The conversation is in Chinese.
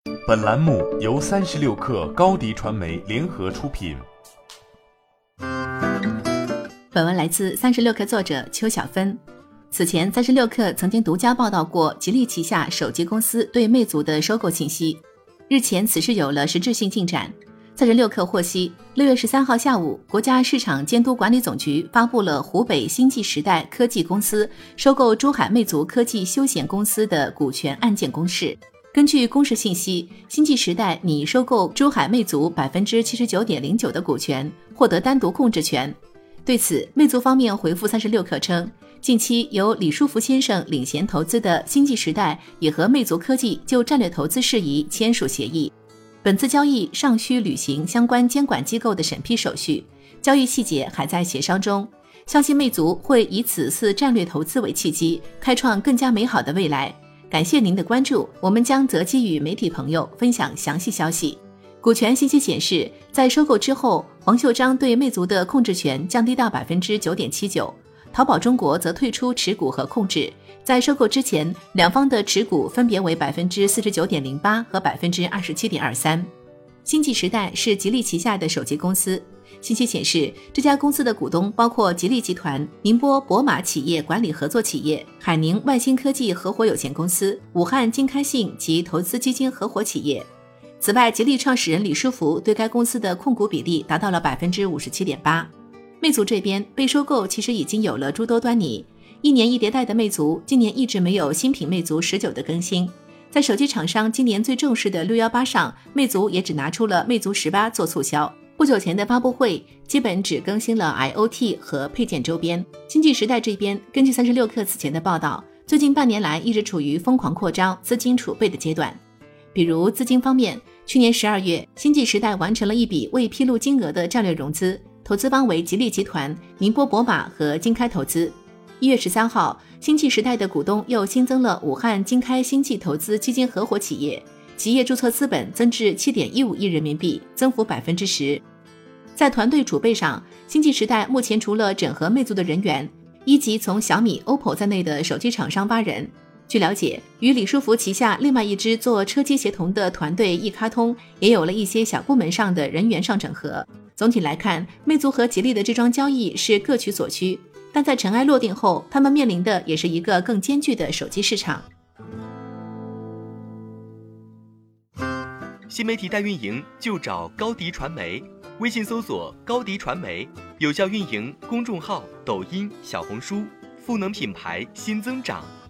本栏目由36氪高迪传媒联合出品。 本文来自36氪作者邱小芬。此前36氪曾经独家报道过吉利旗下手机公司对魅族的收购信息，日前此事有了实质性进展。36氪获悉，6月13号下午，国家市场监督管理总局发布了湖北星际时代科技公司收购珠海魅族科技休闲公司的股权案件公示。根据公示信息，星际时代拟收购珠海魅族 79.09% 的股权，获得单独控制权。对此，魅族方面回复36氪称，近期由李书福先生领衔投资的星际时代也和魅族科技就战略投资事宜签署协议。本次交易尚需履行相关监管机构的审批手续，交易细节还在协商中。相信魅族会以此次战略投资为契机，开创更加美好的未来。感谢您的关注，我们将择机与媒体朋友分享详细消息。股权信息显示，在收购之后，黄秀章对魅族的控制权降低到 9.79%， 淘宝中国则退出持股和控制。在收购之前，两方的持股分别为 49.08% 和 27.23%。星际时代是吉利旗下的手机公司。信息显示，这家公司的股东包括吉利集团、宁波博马企业管理合作企业、海宁外星科技合伙有限公司、武汉金开信及投资基金合伙企业。此外，吉利创始人李书福对该公司的控股比例达到了 57.8%。魅族这边被收购其实已经有了诸多端倪。一年一迭代的魅族，今年一直没有新品魅族19的更新。在手机厂商今年最重视的618上，魅族也只拿出了魅族18做促销。不久前的发布会基本只更新了 IoT 和配件周边。星际时代这边，根据36氪此前的报道，最近半年来一直处于疯狂扩张、资金储备的阶段。比如资金方面，去年12月，星际时代完成了一笔未披露金额的战略融资，投资方为吉利集团、宁波博马和金开投资。1月13号，星际时代的股东又新增了武汉金开星际投资基金合伙企业，企业注册资本增至 7.15 亿人民币，增幅 10%。在团队储备上，星际时代目前除了整合魅族的人员，一级从小米、OPPO 在内的手机厂商8人。据了解，与李书福旗下另外一支做车机协同的团队易咖通也有了一些小部门上的人员上整合。总体来看，魅族和吉利的这桩交易是各取所需，但在尘埃落定后，他们面临的也是一个更艰巨的手机市场。 新媒体代运营就找高迪传媒，微信搜索高迪传媒，有效运营公众号、抖音、小红书，赋能品牌新增长。